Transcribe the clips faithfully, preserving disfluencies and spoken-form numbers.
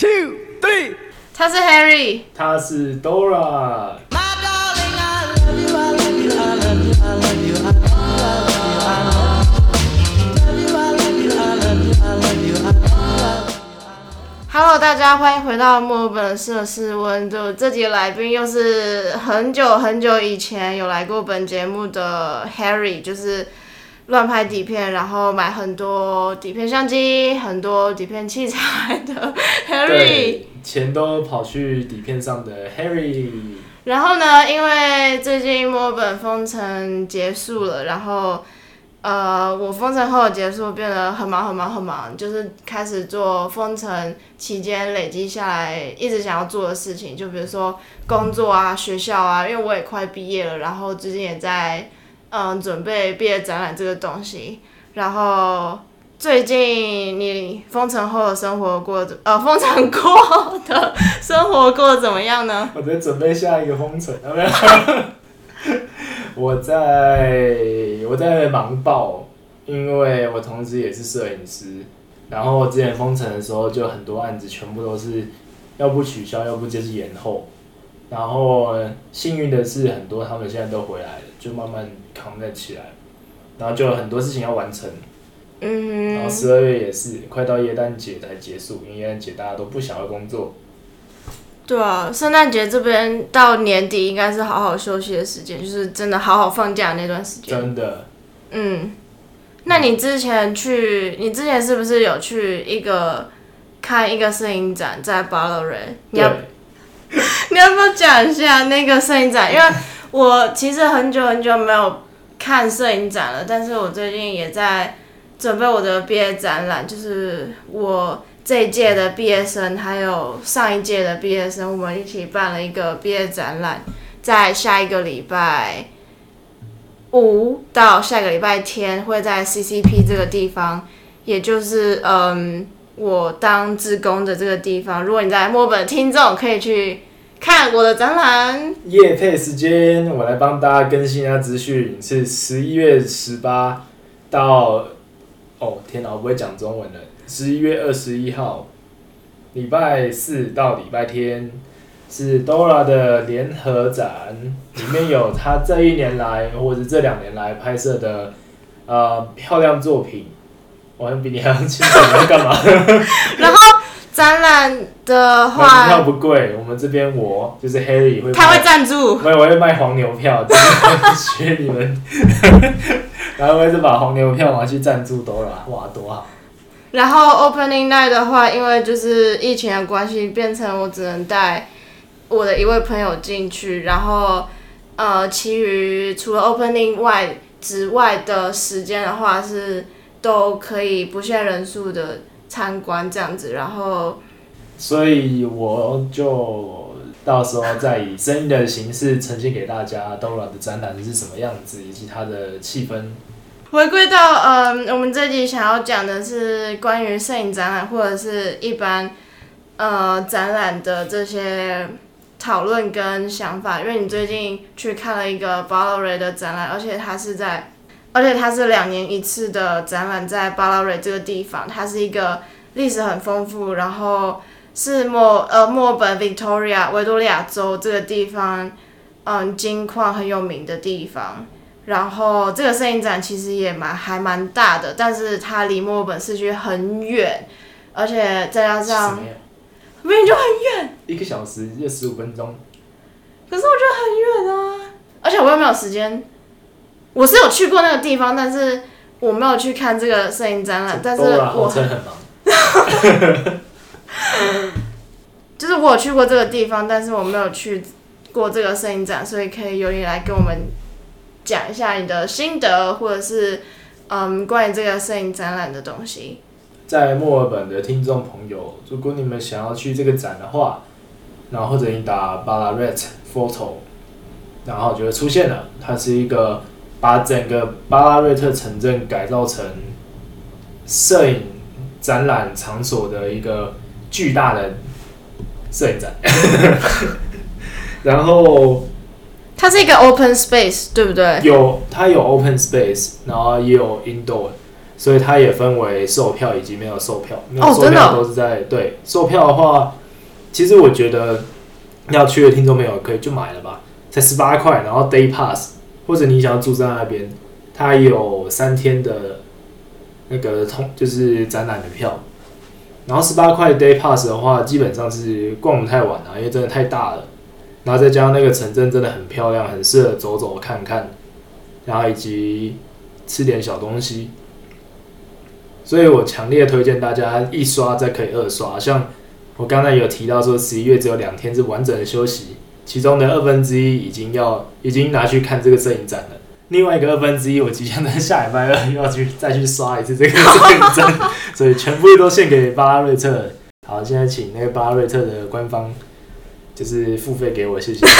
two, three。 他是 Harry， 他是 Dora。 Hello， 大家欢迎回到墨尔本摄氏温度。这集来宾又是很久很久以前有来过本节目的 Harry， 就是乱拍底片，然后买很多底片相机、很多底片器材的 Harry。 对，钱都跑去底片上的 Harry。 然后呢，因为最近墨尔本封城结束了，然后。呃，我封城后的结束变得很忙很忙很忙，就是开始做封城期间累积下来一直想要做的事情，就比如说工作啊、学校啊，因为我也快毕业了，然后最近也在嗯准备毕业展览这个东西。然后最近你封城后的生活过得呃封城过的生活过得怎么样呢？ 我在准备下一个封城，有没有？我在我在忙爆，因为我同时也是摄影师，然后之前封城的时候就很多案子全部都是要不取消，要不就是延后，然后幸运的是很多他们现在都回来了，就慢慢扛得起来，然后就有很多事情要完成， 嗯， 然后十二月也是快到耶诞节才结束，因为耶诞节大家都不想要工作。 对啊，圣诞节这边到年底应该是好好休息的时间，就是真的好好放假那段时间。 真的。 嗯，那你之前去，你之前是不是有去一个看一个摄影展在 Ballarat？ 你要你要不要讲一下那个摄影展？因为我其实很久很久没有看摄影展了，但是我最近也在准备我的毕业展览，就是我。这一届的毕业生还有上一届的毕业生，我们一起办了一个毕业展览，在下一个礼拜五到下个礼拜天会在 C C P 这个地方，也就是嗯我当志工的这个地方。如果你在墨尔本的听众，可以去看我的展览。 业配时间，我来帮大家更新一下资讯，是十一月十八到哦天哪，我不会讲中文了。十一月二十一号，礼拜四到礼拜天是 Dora 的联合展，里面有他这一年来或者这两年来拍摄的呃漂亮作品。我比你还要清楚你要干嘛？ 然后展览的话， 门票不贵，我们这边我就是 Harry 会， 他会赞助， 没有，我会卖黄牛票，学你们，然后我会把黄牛票拿去赞助 Dora， 哇，多好。 然后 opening night 的话，因为就是疫情的关系，变成我只能带我的一位朋友进去，然后呃，其余除了 opening 外之外的时间的话，是都可以不限人数的参观这样子。然后， 所以我就到时候再以声音的形式呈现给大家 Dora 的展览是什么样子，以及它的气氛。 回归到呃，我们这集想要讲的是关于摄影展览或者是一般呃展览的这些讨论跟想法，因为你最近去看了一个 Ballarat 的展览，而且它是在，而且它是两年一次的展览，在 Ballarat 这个地方，它是一个历史很丰富，然后是墨呃墨尔本 Victoria 维多利亚州这个地方，嗯，金矿很有名的地方。然后这个摄影展其实也蛮还蛮大的，但是它离墨尔本市区很远，而且再加上明明就很远， 一个小时就十五分钟。 可是我觉得很远啊，而且我又没有时间。我是有去过那个地方，但是我没有去看这个摄影展览，但是我很忙。 就是我有去过这个地方，但是我没有去过这个摄影展，所以可以由你来跟我们讲一下你的心得，或者是嗯关于这个摄影展览的东西。 在墨尔本的听众朋友，如果你们想要去这个展的话，然后或者你打 Ballarat photo， 然后就会出现了。它是一个把整个巴拉瑞特城镇改造成摄影展览场所的一个巨大的摄影展。然后它是一个 open space， 对不对？ 有，它有 open space， 然后也有 indoor。 所以它也分为售票以及没有售票。没有售票都是在、哦、对售票的话，其实我觉得要去的听众朋友可以就买了吧，才十八块，然后 day pass， 或者你想要住在那边，它有三天的那个通就是展览的票。然后十八块 day pass 的话，基本上是逛不太完啊，因为真的太大了。然后再加上那个城镇真的很漂亮，很适合走走看看，然后以及吃点小东西。所以我强烈推荐大家一刷再可以二刷。像我刚才有提到说，十一月只有两天是完整的休息，其中的二分之一已经要已经拿去看这个摄影展了。另外一个二分之一，我即将在下礼拜二要去再去刷一次这个摄影展，所以全部都献给巴拉瑞特。好，现在请那个巴拉瑞特的官方就是付费给我，谢谢。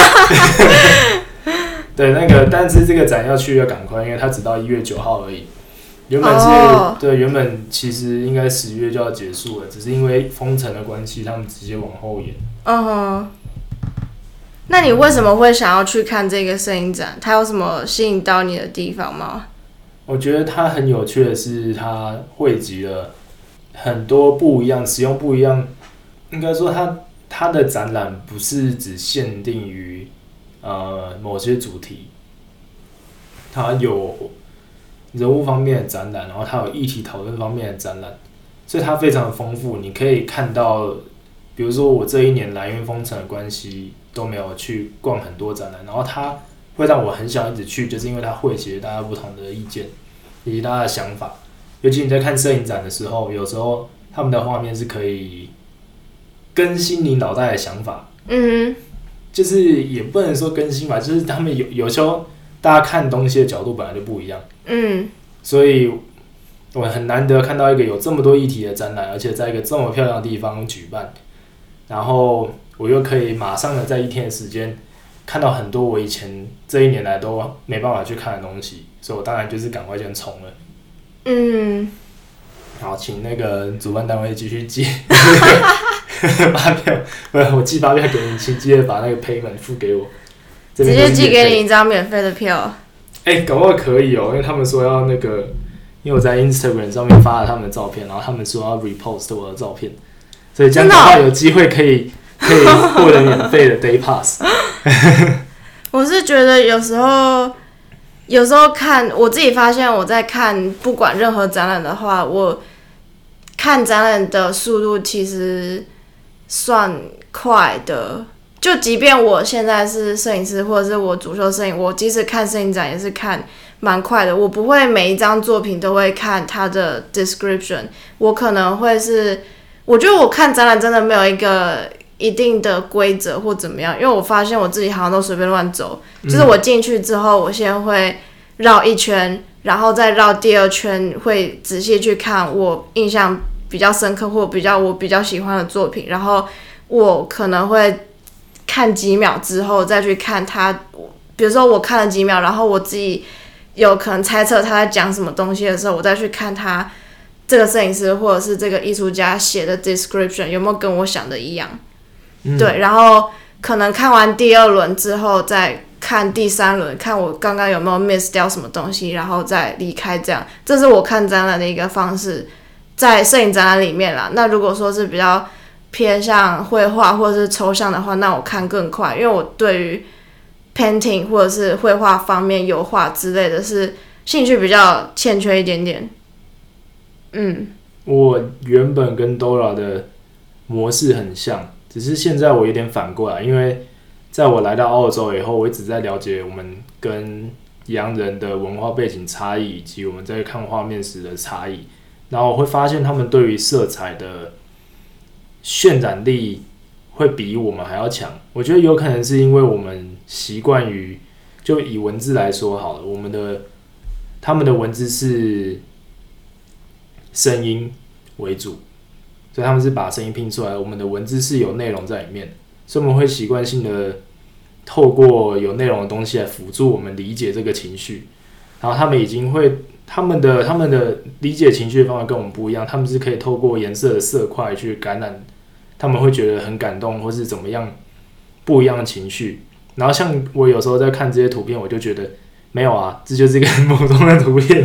对，那个但是这个展要去要赶快，因为它只到一月九号而已。原本是、oh. 对，原本其实应该十月就要结束了，只是因为封城的关系，他们直接往后延。 嗯哼。那你为什么会想要去看这个摄影展？它有什么吸引到你的地方吗？ 我觉得它很有趣的是，它汇集了很多不一样、使用不一样。应该说它，它的展览不是只限定于呃某些主题，它有人物方面的展览，然后它有议题讨论方面的展览，所以它非常的丰富。你可以看到，比如说我这一年来因为封城的关系都没有去逛很多展览，然后它会让我很想一直去，就是因为它汇集了大家不同的意见以及大家的想法。尤其你在看摄影展的时候，有时候他们的画面是可以更新你脑袋的想法。嗯，就是也不能说更新吧，就是他们有有时候大家看东西的角度本来就不一样。嗯，所以我很难得看到一个有这么多议题的展览，而且在一个这么漂亮的地方举办，然后我又可以马上的在一天的时间看到很多我以前这一年来都没办法去看的东西，所以我当然就是赶快先冲了。嗯，好，请那个主办单位继续寄发票，不是我寄发票给你，请记得把那个 payment 付给我， 直接寄给你一张免费的票。 哎、欸，搞不好可以哦、喔，因为他们说要那个，因为我在 Instagram 上面发了他们的照片，然后他们说要 repost 我的照片，所以这样的话有机会可以可以获得免费的 day pass。 我是觉得有时候，有时候看我自己发现我在看不管任何展览的话，我看展览的速度其实算快的。就即便我现在是摄影师，或者是我主修摄影，我即使看摄影展也是看蛮快的。我不会每一张作品都会看它的 description， 我可能会是，我觉得我看展览真的没有一个一定的规则或怎么样，因为我发现我自己好像都随便乱走，嗯、就是我进去之后，我先会绕一圈，然后再绕第二圈，会仔细去看我印象比较深刻或比较我比较喜欢的作品，然后我可能会看几秒之后再去看他，比如说我看了几秒，然后我自己有可能猜测他在讲什么东西的时候，我再去看他这个摄影师或者是这个艺术家写的 description 有没有跟我想的一样。嗯、对，然后可能看完第二轮之后再看第三轮，看我刚刚有没有 miss 掉什么东西，然后再离开。这样，这是我看展览的一个方式，在摄影展览里面啦。那如果说是比较偏向绘画或者是抽象的话，那我看更快，因为我对于 painting 或者是绘画方面、油画之类的是兴趣比较欠缺一点点。嗯， 我原本跟 Dora 的模式很像，只是现在我有点反过来，因为在我来到澳洲以后，我一直在了解我们跟洋人的文化背景差异，以及我们在看画面时的差异，然后我会发现他们对于色彩的渲染力会比我们还要强。我觉得有可能是因为我们习惯于，就以文字来说好了，我们的他们的文字是声音为主，所以他们是把声音拼出来，我们的文字是有内容在里面，所以我们会习惯性的透过有内容的东西来辅助我们理解这个情绪。然后他们已经会他们的他们的理解情绪的方法跟我们不一样，他们是可以透过颜色的色块去感染，他们会觉得很感动或是怎么样不一样的情绪。然后像我有时候在看这些图片，我就觉得没有啊，这就是一个很普通的图片，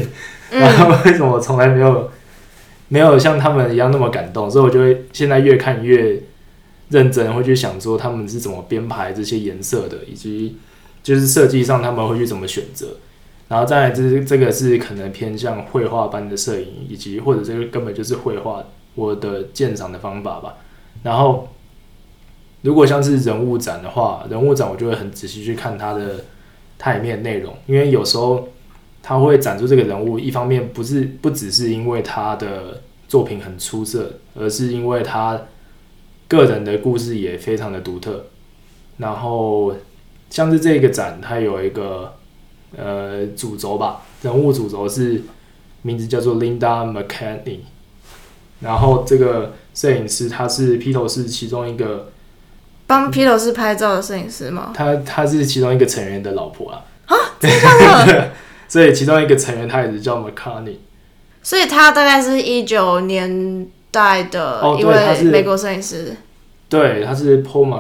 然后为什么我从来没有没有像他们一样那么感动？所以我就会现在越看越认真，会去想说他们是怎么编排这些颜色的，以及就是设计上他们会去怎么选择。然后再来这这个是可能偏向绘画般的摄影，以及或者这个根本就是绘画我的鉴赏的方法吧。然后如果像是人物展的话，人物展我就会很仔细去看它的它里面的内容，因为有时候他会展出这个人物，一方面不是不只是因为他的作品很出色，而是因为他个人的故事也非常的独特。然后像是这个展，它有一个呃主轴吧，人物主轴是名字叫做 Linda McCartney， 然后这个摄影师他是披头士其中一个帮披头士拍照的摄影师吗？ 他他是其中一个成员的老婆啊。 啊，真的？ 所以其中一个成员他也是叫 McCartney。 所以他大概是一九年代的一位美国摄影师。哦、 对，他是 Paul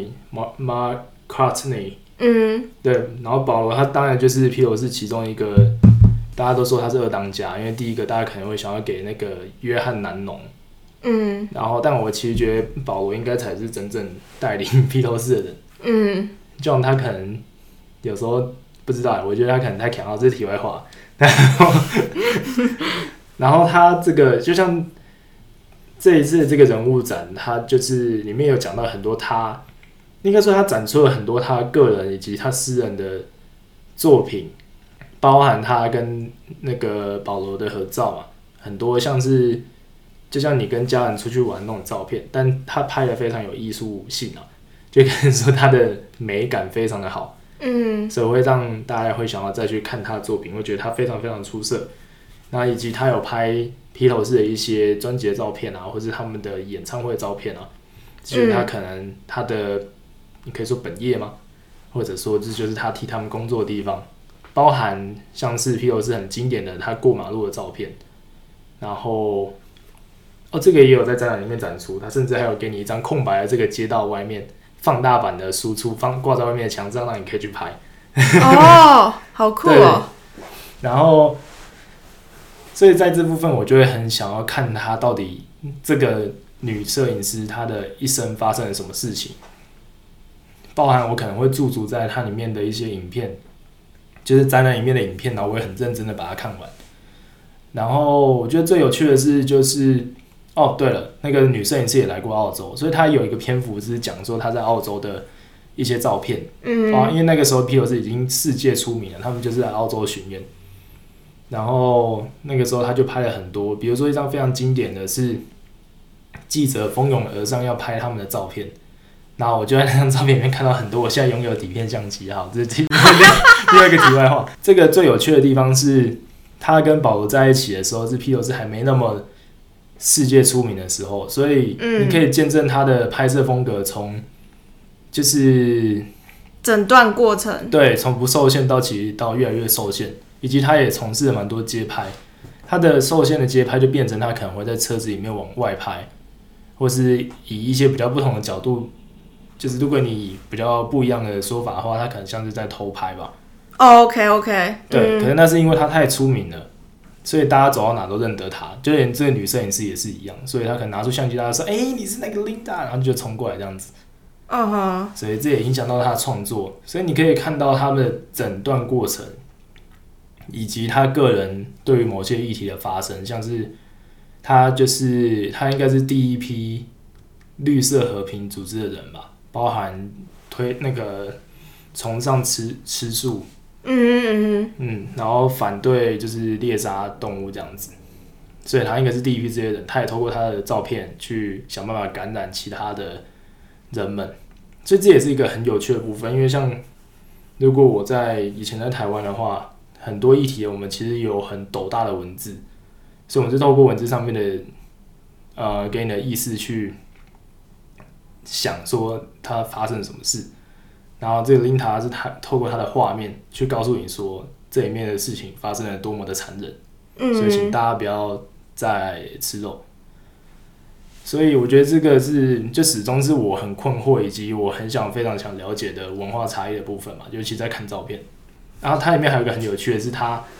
McCartney。 嗯， 对，然后保罗他当然就是披头士其中一个，大家都说他是二当家，因为第一个大家可能会想要给那个约翰南农， 嗯， 然后但我其实觉得保罗应该才是真正带领披头士的人， 嗯， 就像他可能有时候不知道，我觉得他可能太强了，这是题外话，然后然后他这个就像这一次的这个人物展，他就是里面有讲到很多他。应该说，他展出了很多他个人以及他私人的作品，包含他跟那个保罗的合照嘛，很多像是就像你跟家人出去玩那种照片，但他拍的非常有艺术性啊，就可以说他的美感非常的好， 嗯， 所以会让大家会想要再去看他的作品，会觉得他非常非常出色。那以及他有拍披头士的一些专辑的照片啊，或是他们的演唱会的照片啊，就是他可能他的。你可以说本业吗？或者说这就是他替他们工作的地方，包含像是披头士很经典的他过马路的照片，然后哦这个也有在展览里面展出，他甚至还有给你一张空白的这个街道外面放大版的输出放挂在外面的墙上，让你可以去拍。 哦，好酷哦！ 然后，所以在这部分我就会很想要看他到底这个女摄影师她的一生发生了什么事情。包含我可能会驻足在它里面的一些影片，就是展览里面的影片，然后我会很认真的把它看完。然后我觉得最有趣的是，就是哦，对了，那个女摄影师也来过澳洲，所以她有一个篇幅是讲说她在澳洲的一些照片。嗯，啊，因为那个时候披头士已经世界出名了，他们就是来澳洲巡演。然后那个时候他就拍了很多，比如说一張非常经典的是记者蜂拥而上要拍他们的照片。然后我就在那张照片里面看到很多我现在拥有的底片相机，好，这是另外一个题外话。这个最有趣的地方是，他跟保罗在一起的时候，是披头士还没那么世界出名的时候，所以你可以见证他的拍摄风格从就是整段过程， 对，从不受限到其实到越来越受限，以及他也从事了蛮多街拍。他的受限的街拍就变成他可能会在车子里面往外拍，或是以一些比较不同的角度。就是如果你以比较不一样的说法的话，他可能像是在偷拍吧。 哦、oh, ，OK OK， 对，嗯、可是那是因为他太出名了，所以大家走到哪都认得他，就连这个女摄影师也是一样，所以他可能拿出相机，大家说：“哎、欸，你是那个 Linda”， 然后就冲过来这样子。 嗯哼。 所以这也影响到他的创作，所以你可以看到他的整段过程，以及他个人对于某些议题的发生，像是他就是他应该是第一批绿色和平组织的人吧。包含推那个崇尚吃吃素， 嗯嗯嗯，然后反对就是猎杀动物这样子，所以他应该是第一批这些人，他也透过他的照片去想办法感染其他的人们，所以这也是一个很有趣的部分。因为像如果我在以前在台湾的话，很多议题我们其实有很斗大的文字，所以我们是透过文字上面的呃给你的意思去。想说他发生了什么事，然后这个 Linda 是他透过他的画面去告诉你说这里面的事情发生了多么的残忍，嗯、所以请大家不要再吃肉。所以我觉得这个是就始终是我很困惑以及我很想非常想了解的文化差异的部分嘛，尤其在看照片。然后它里面还有一个很有趣的是，它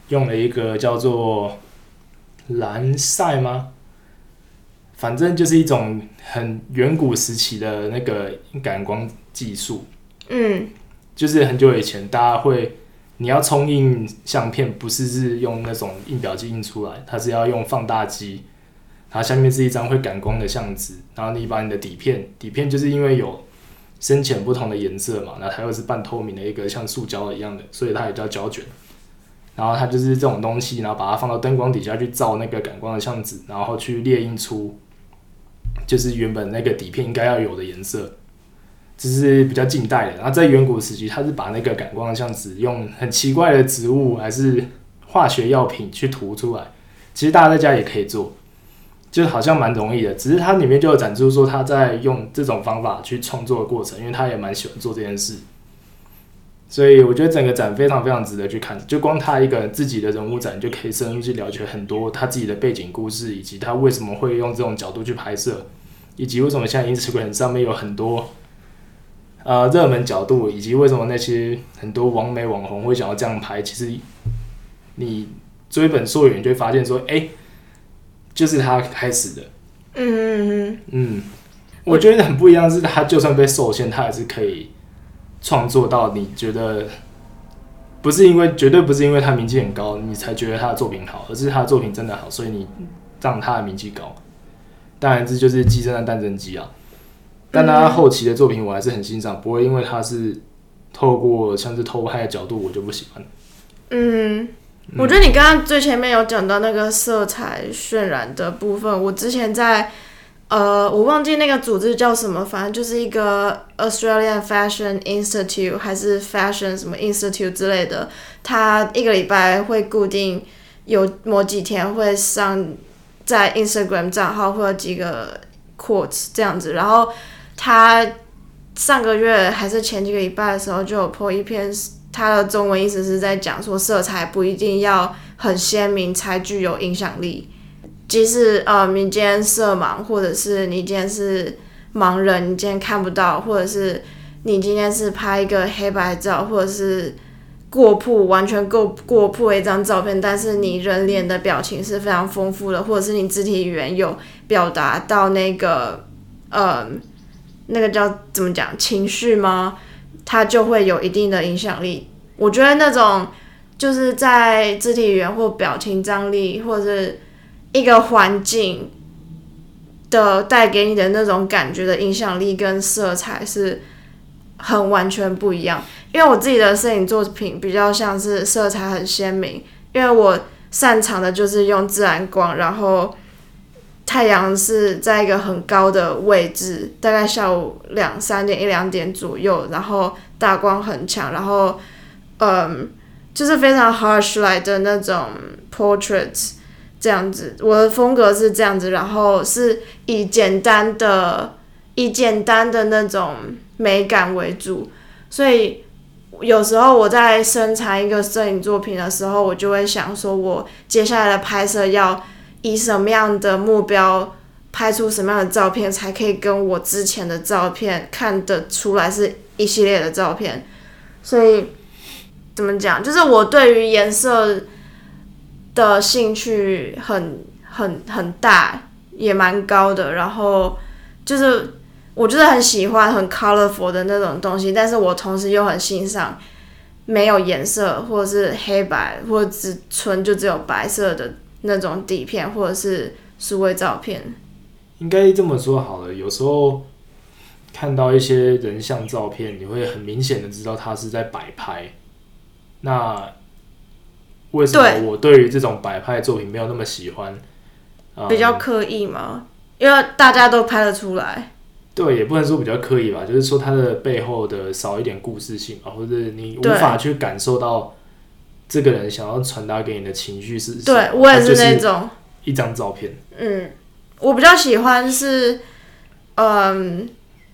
用了一个叫做蓝晒吗？反正就是一种很远古时期的那个感光技术。 嗯， 就是很久以前大家会，你要冲印相片，不是是用那种印表机印出来，它是要用放大机，然后下面是一张会感光的相纸，然后你把你的底片，底片就是因为有深浅不同的颜色嘛，然后它又是半透明的一个像塑胶一样的，所以它也叫胶卷。然后它就是这种东西，然后把它放到灯光底下去照那个感光的相纸，然后去列印出就是原本那个底片应该要有的颜色。这是比较近代的，然后在远古时期，它是把那个感光的相纸用很奇怪的植物还是化学药品去涂出来。其实大家在家也可以做，就好像蛮容易的。只是它里面就有展出说他在用这种方法去创作的过程，因为他也蛮喜欢做这件事。所以我觉得整个展非常非常值得去看。就光他一个自己的人物展，就可以深入去了解很多他自己的背景故事，以及他为什么会用这种角度去拍摄，以及为什么现在 Instagram 上面有很多。呃，热门角度以及为什么那些很多网美网红会想要这样拍，其实你追本溯源就会发现说，哎、欸，就是他开始的。 嗯嗯嗯。 嗯，我觉得很不一样，是他就算被受限，他还是可以创作到你觉得不是因为绝对不是因为他名气很高，你才觉得他的作品好，而是他的作品真的好，所以你让他的名气高。当然，这就是鸡生蛋，蛋生鸡啊。但他后期的作品我还是很欣赏，不会因为他是透过像是偷拍的角度，我就不喜欢。 嗯，我觉得你刚刚最前面有讲到那个色彩渲染的部分，我之前在呃，我忘记那个组织叫什么，反正就是一个 Australian Fashion Institute 还是 Fashion 什么 Institute 之类的，他一个礼拜会固定有某几天会上在 Instagram 账号会有几个 quotes 这样子，然后他上个月还是前几个礼拜的时候就有 po 一篇，他的中文意思是在讲说色彩不一定要很鲜明才具有影响力，即使呃你今天色盲，或者是你今天是盲人，你今天看不到，或者是你今天是拍一个黑白照，或者是过曝完全过过曝的一张照片，但是你人脸的表情是非常丰富的，或者是你肢体语言有表达到那个呃那个叫怎么讲情绪吗？它就会有一定的影响力。我觉得那种就是在肢体语言或表情张力，或者是一个环境的带给你的那种感觉的影响力跟色彩是很完全不一样。因为我自己的摄影作品比较像是色彩很鲜明，因为我擅长的就是用自然光，然后太阳是在一个很高的位置，大概下午两三点一两点左右，然后大光很强，然后嗯，就是非常 harsh light 的那种 portraits 这样子。我的风格是这样子，然后是以简单的以简单的那种美感为主，所以有时候我在生产一个摄影作品的时候，我就会想说我接下来的拍摄要以什么样的目标拍出什么样的照片，才可以跟我之前的照片看得出来是一系列的照片。所以怎么讲，就是我对于颜色的兴趣很很很大，也蛮高的。然后就是我就是很喜欢很 colorful 的那种东西，但是我同时又很欣赏没有颜色或者是黑白或者只纯就只有白色的那种底片或者是数位照片。 应该这么说好了，有时候看到一些人像照片，你会很明显的知道他是在摆拍。那为什么我对于这种摆拍作品没有那么喜欢？嗯、 比较刻意吗？因为大家都拍得出来。 对，也不能说比较刻意吧，就是说它的背后的少一点故事性吧，或者你无法去感受到这个人想要传达给你的情绪是什么。 对，我也是那种一张照片。 嗯，我比较喜欢是嗯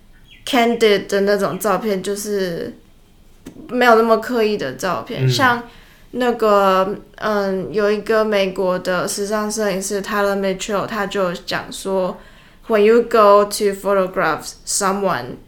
candid 的那种照片，就是没有那么刻意的照片，嗯、像那个嗯有一个美国的时尚摄影师 Tyler Mitchell， 他就讲说，when you go to photograph someone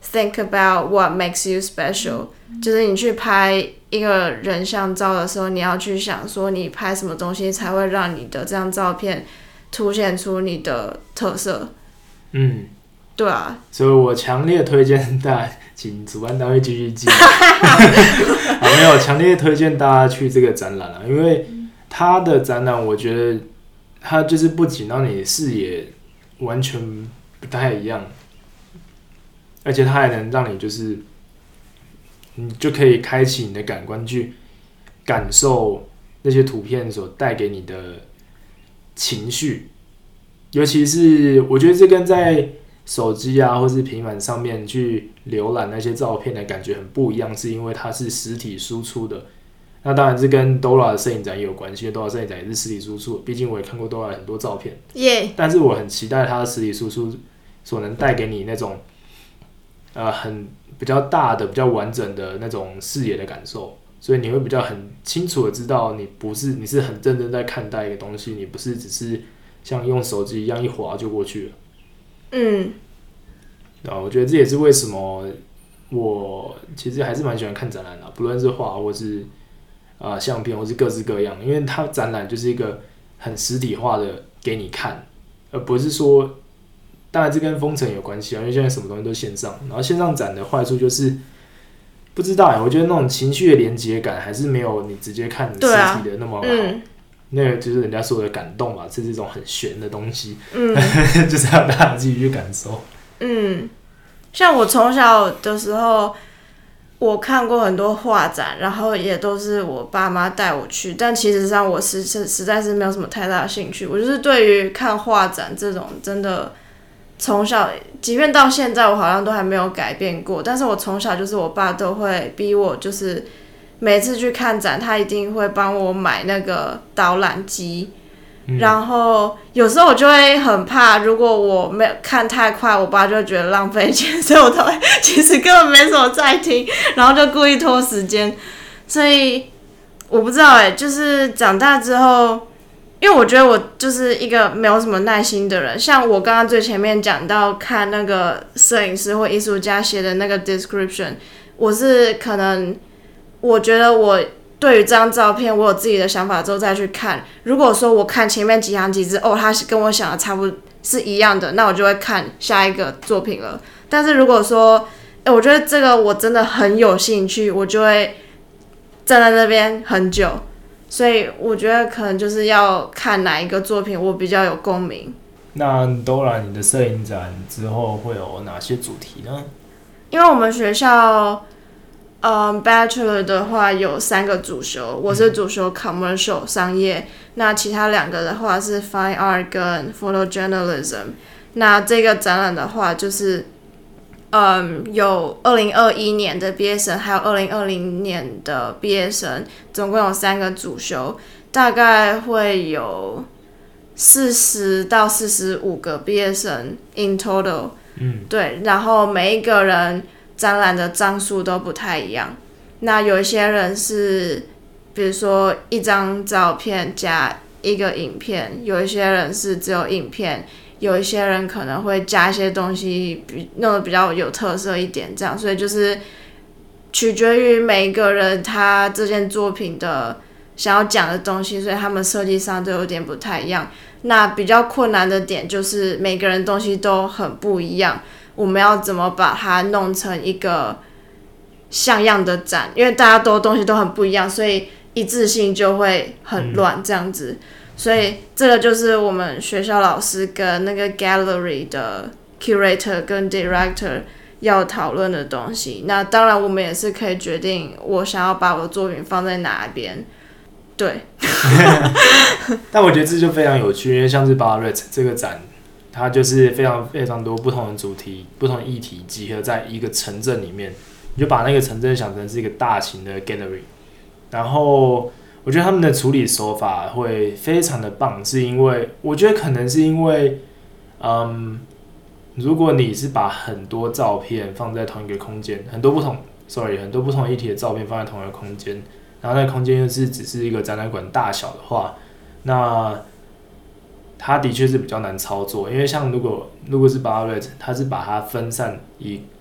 think about what makes you special， 就是你去拍一个人像照的时候，你要去想说你拍什么东西才会让你的这张照片凸显出你的特色。 嗯， 对啊， 所以我强烈推荐大家，请主办单位继续记。好，没有，强烈推荐大家去这个展览啊，因为它的展览，我觉得它就是不仅让你视野完全不太一样，而且它还能让你就是，你就可以开启你的感官去感受那些图片所带给你的情绪。尤其是我觉得这跟在手机啊或是平板上面去浏览那些照片的感觉很不一样，是因为它是实体输出的。那当然是跟 Dora 的摄影展也有关系，因为 Dora 摄影展也是实体输出，毕竟我也看过 Dora 很多照片。 耶、yeah. 但是我很期待它的实体输出所能带给你那种呃很比较大的、比较完整的那种视野的感受，所以你会比较很清楚的知道你不是你是很认真在看待一个东西，你不是只是像用手机一样一滑就过去了。嗯，啊，我觉得这也是为什么我其实还是蛮喜欢看展览的，不论是画或是啊、呃、相片或是各式各样，因为它展览就是一个很实体化的给你看，而不是说，当然这跟封城有关系啊，因为现在什么东西都线上，然后线上展的坏处就是不知道哎、欸，我觉得那种情绪的连接感还是没有你直接看实体的那么好。嗯，那个就是人家说的感动嘛，这是一种很玄的东西，嗯，就是要大家自己去感受。嗯， 像我从小的时候，我看过很多画展，然后也都是我爸妈带我去，但其实上我实实在是没有什么太大的兴趣。我就是对于看画展这种真的，从小，即便到现在，我好像都还没有改变过。但是我从小就是我爸都会逼我，就是每次去看展，他一定会帮我买那个导览机。嗯、然后有时候我就会很怕，如果我没有看太快，我爸就会觉得浪费钱，所以我都会其实根本没什么在听，然后就故意拖时间。所以我不知道哎、欸，就是长大之后，因为我觉得我就是一个没有什么耐心的人。像我刚刚最前面讲到看那个摄影师或艺术家写的那个 description， 我是可能我觉得我对于这张照片我有自己的想法之后再去看，如果说我看前面几行几字，哦，它跟我想的差不多是一样的，那我就会看下一个作品了。但是如果说欸，我觉得这个我真的很有兴趣，我就会站在那边很久。所以我觉得可能就是要看哪一个作品我比较有共鸣。 那Dora，你的摄影展之后会有哪些主题呢？ 因为我们学校嗯 Bachelor 的话有三个主修，我是主修 Commercial 商业，那其他两个的话是 Fine Art 跟 Photojournalism。那这个展览的话就是嗯，有二零二一年的毕业生，还有二零二零年的毕业生，总共有三个主修，大概会有四十到四十五个毕业生 in total。嗯，对，然后每一个人展览的张数都不太一样。那有一些人是，比如说一张照片加一个影片，有一些人是只有影片。有一些人可能会加一些东西，弄得比较有特色一点，这样，所以就是取决于每一个人他这件作品的想要讲的东西，所以他们设计上都有点不太一样。那比较困难的点就是每个人东西都很不一样，我们要怎么把它弄成一个像样的展？因为大家都东西都很不一样，所以一致性就会很乱，这样子。嗯，所以这个就是我们学校老师跟那个 gallery 的 curator 跟 director 要讨论的东西。那当然我们也是可以决定我想要把我的作品放在哪边。对。 但我觉得这就非常有趣，因为像是 Bartlett 这个展，它就是非常非常多不同的主题、不同的议题集合在一个城镇里面，你就把那个城镇想成是一个大型的 gallery， 然后我觉得他们的处理手法会非常的棒，是因为我觉得可能是因为，嗯，如果你是把很多照片放在同一个空间，很多不同 ，sorry， 很多不同议题的照片放在同一个空间，然后那个空间又是只是一个展览馆大小的话，那它的确是比较难操作，因为像如果如果是 Bartlett， 它是把它分散以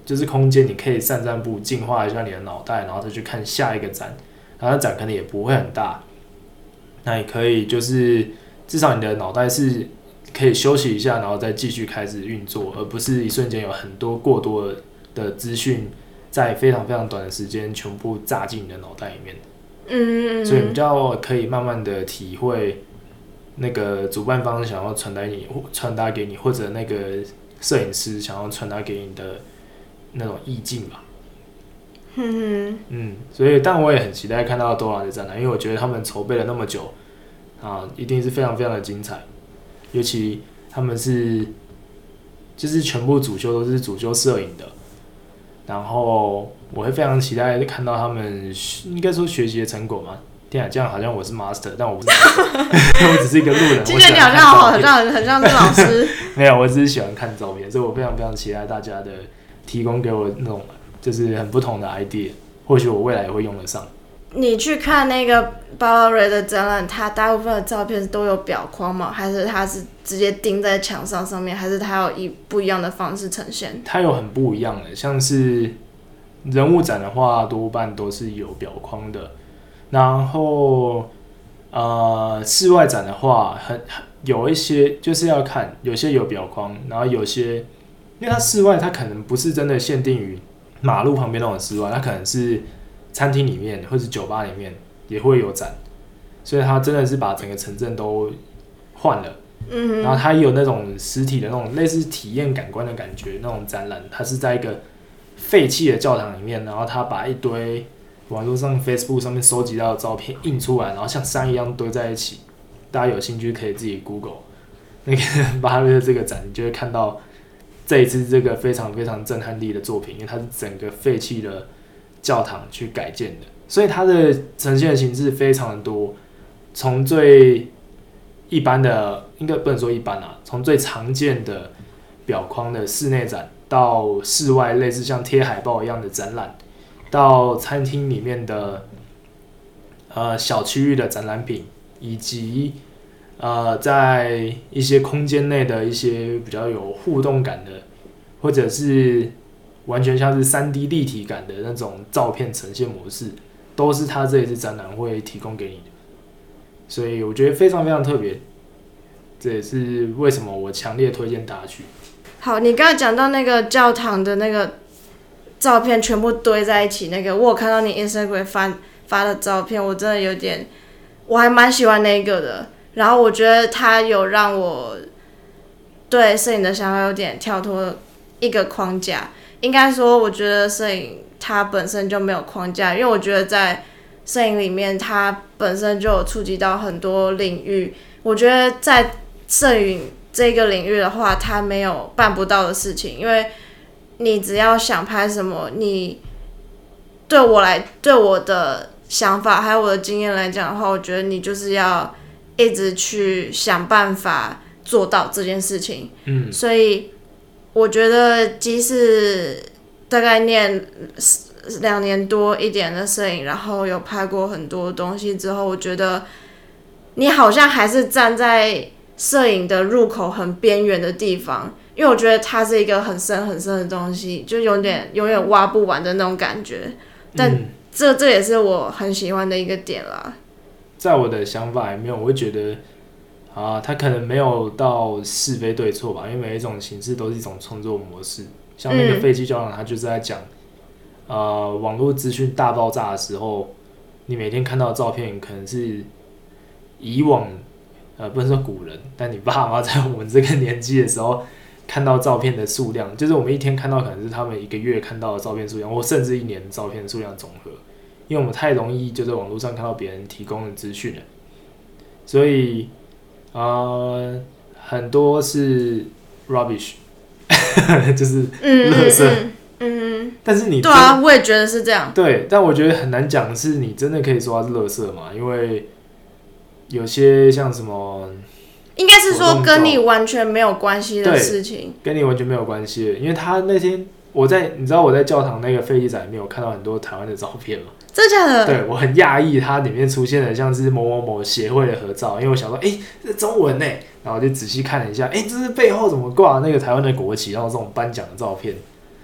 就是空间，你可以散散步，净化一下你的脑袋，然后再去看下一个展。然后展可能也不会很大，那也可以就是至少你的脑袋是可以休息一下，然后再继续开始运作，而不是一瞬间有很多过多的资讯在非常非常短的时间全部炸进你的脑袋里面。嗯，所以比较可以慢慢的体会那个主办方想要传达你传达给你，或者那个摄影师想要传达给你的那种意境吧。嗯嗯，所以但我也很期待看到多拉的展览，因为我觉得他们筹备了那么久啊，一定是非常非常的精彩。尤其他们是就是全部主修都是主修摄影的，然后我会非常期待看到他们应该说学习的成果嘛。天啊，这样好像我是 master， 但我不是 master， 我只是一个路人。 今天你好像好，很像很像是老师。 没有，我只是喜欢看照片，所以我非常非常期待大家的提供给我那种。就是很不同的 idea， 或许我未来也会用得上。 你去看那个巴拉瑞的展览，它大部分的照片都有表框吗？还是它是直接钉在墙上上面？还是它有以不一样的方式呈现？ 它有很不一样的，像是人物展的话，多半都是有表框的。然后呃，室外展的话，很有一些就是要看，有些有表框，然后有些因为它室外它可能不是真的限定于马路旁边那种室外，它可能是餐厅里面或是酒吧里面也会有展，所以它真的是把整个城镇都换了。嗯，然后它也有那种实体的那种类似体验感官的感觉那种展览，它是在一个废弃的教堂里面，然后它把一堆网络上 Facebook 上面收集到的照片印出来，然后像山一样堆在一起。大家有兴趣可以自己 Google 那个巴瑞的这个展，你就会看到。这一次这个非常非常震撼力的作品，因为它是整个废弃的教堂去改建的，所以它的呈现的形式非常的多，从最一般的，应该不能说一般啦，从最常见的表框的室内展，到室外类似像贴海报一样的展览，到餐厅里面的呃小区域的展览品，以及呃，在一些空间内的一些比较有互动感的，或者是完全像是 三 D 立体感的那种照片呈现模式，都是他这一次展览会提供给你的，所以我觉得非常非常特别，这也是为什么我强烈推荐大家去。 好，你刚才讲到那个教堂的那个照片全部堆在一起，那个我有看到你 Instagram 发发的照片，我真的有点，我还蛮喜欢那个的。然后我觉得它有让我对摄影的想法有点跳脱一个框架。应该说，我觉得摄影它本身就没有框架，因为我觉得在摄影里面，它本身就有触及到很多领域。我觉得在摄影这个领域的话，它没有办不到的事情，因为你只要想拍什么，你对我来对我的想法还有我的经验来讲的话，我觉得你就是要一直去想办法做到这件事情。嗯，所以我觉得即使大概念两年多一点的摄影，然后有拍过很多东西之后，我觉得你好像还是站在摄影的入口很边缘的地方，因为我觉得它是一个很深很深的东西，就有点永远挖不完的那种感觉。但这这也是我很喜欢的一个点啦。 在我的想法里面，我会觉得啊，它可能没有到是非对错吧，因为每一种形式都是一种创作模式。像那个废弃教堂，它就是在讲，呃，网络资讯大爆炸的时候，你每天看到的照片可能是以往，呃，不能说古人，但你爸妈在我们这个年纪的时候看到照片的数量，就是我们一天看到可能是他们一个月看到的照片数量，或甚至一年的照片数量总和。因为我们太容易就在網絡上看到別人提供的資訊了，所以呃很多是 rubbish， 就是垃圾。嗯嗯嗯。但是你对啊，我也觉得是这样。 对，但我覺得很難講是你真的可以說它是垃圾嘛？因為有些像什麼， 應該是說跟你完全沒有關係的事情。 跟你完全沒有關係，因為他那天我在，你知道我在教堂那個廢棄展裡面有看到很多台灣的照片嘛？ 真的假的？ 对，我很訝異，它裡面出現的像是某某某協會的合照，因為我想說，哎、欸，這是中文呢，然後我就仔細看了一下，哎、欸，這是背後怎麼掛那個台灣的國旗，然後這種頒獎的照片，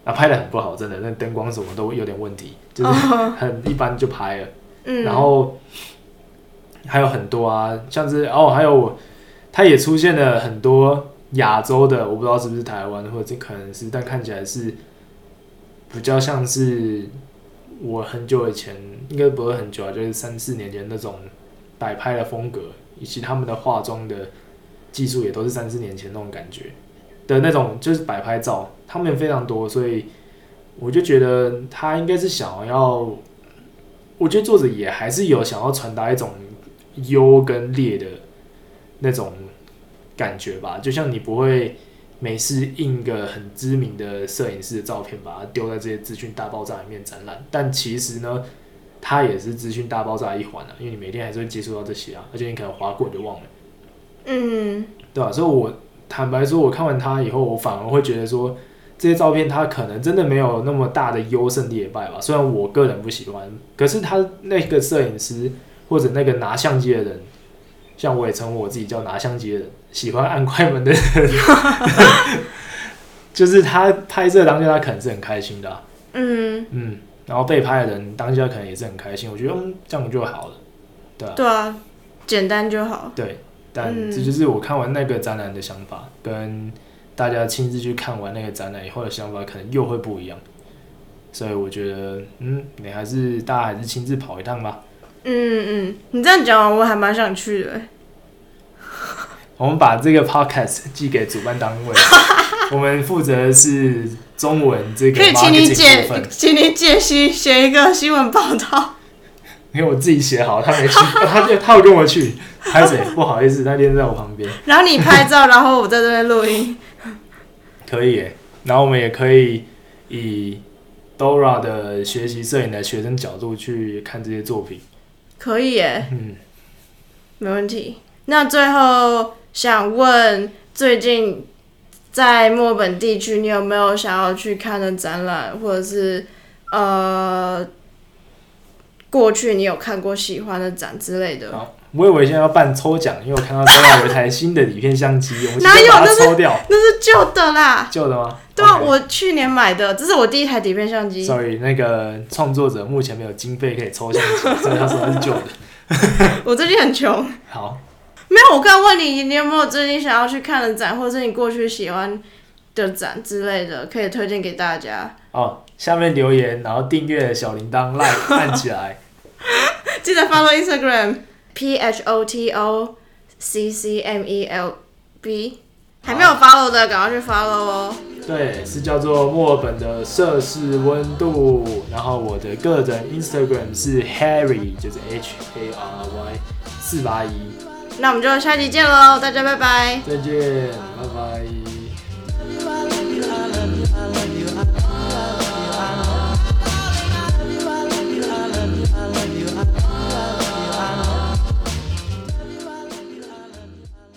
啊，拍的很不好，真的，那灯光什么都有点问题，就是很一般就拍了。嗯、然后还有很多啊，像是哦，还有它也出现了很多亚洲的，我不知道是不是台湾或者可能是，但看起来是比较像是我很久以前，应该不是很久啊，就是三四年前那种摆拍的风格，以及他们的化妆的技术也都是三四年前那种感觉的那种，就是摆拍照，他们非常多，所以我就觉得他应该是想要，我觉得作者也还是有想要传达一种优跟劣的那种感觉吧，就像你不会没事印一个很知名的摄影师的照片，把它丢在这些资讯大爆炸里面展览，但其实呢，它也是资讯大爆炸的一环啊，因为你每天还是会接触到这些啊，而且你可能划过你就忘了，嗯，对吧、啊？所以我坦白说，我看完它以后，我反而会觉得说，这些照片它可能真的没有那么大的优胜劣败吧。虽然我个人不喜欢，可是他那个摄影师或者那个拿相机的人，像我也称呼我自己叫拿相机的人，喜欢按快门的人，就是他拍摄当下他可能是很开心的、啊，嗯嗯，然后被拍的人当下可能也是很开心。我觉得、嗯、这样就好了，对啊， 对啊，简单就好。 对。但这就是我看完那个展览的想法，跟大家亲自去看完那个展览以后的想法可能又会不一样，所以我觉得，嗯，你还是大家还是亲自跑一趟吧。 嗯嗯，你这样讲完，我还蛮想去的。 我们把这个 podcast 寄给主办单位，我们负责的是中文这个 marketing 部分。 请你解析写一个新闻报道。 因为我自己写好，他没去，他他有跟我去，拍谁？不好意思，那天在我旁边。 然后你拍照，然后我在这边录音。 可以耶，然后我们也可以以 Dora 的学习摄影的学生角度去看这些作品。 可以耶，嗯，没问题。那最后想问，最近在墨尔本地区，你有没有想要去看的展览，或者是呃？过去你有看过喜欢的展之类的？ 好，我以为现在要办抽奖，因为我看到Dora有一台新的底片相机，我们哪有？ 把它抽掉。 那是旧的啦。 旧的吗？ 对啊， okay. 我去年买的，这是我第一台底片相机。 Sorry， 那个创作者目前没有经费可以抽相机，所以他说他是旧的。 我最近很穷。 好， 没有，我刚问你，你有没有最近想要去看的展，或者是你过去喜欢的展之类的，可以推荐给大家。 哦，下面留言，然后订阅小铃铛 ，like 按起来。 记得 follow Instagram P H O T O C C M E L B， 还没有 follow 的赶快去 follow 哦。 对，是叫做墨尔本的摄氏温度。然后我的个人 Instagram 是 Harry， 就是 H A R Y 四八一。 那我们就下期见喽，大家拜拜。 再见，拜拜。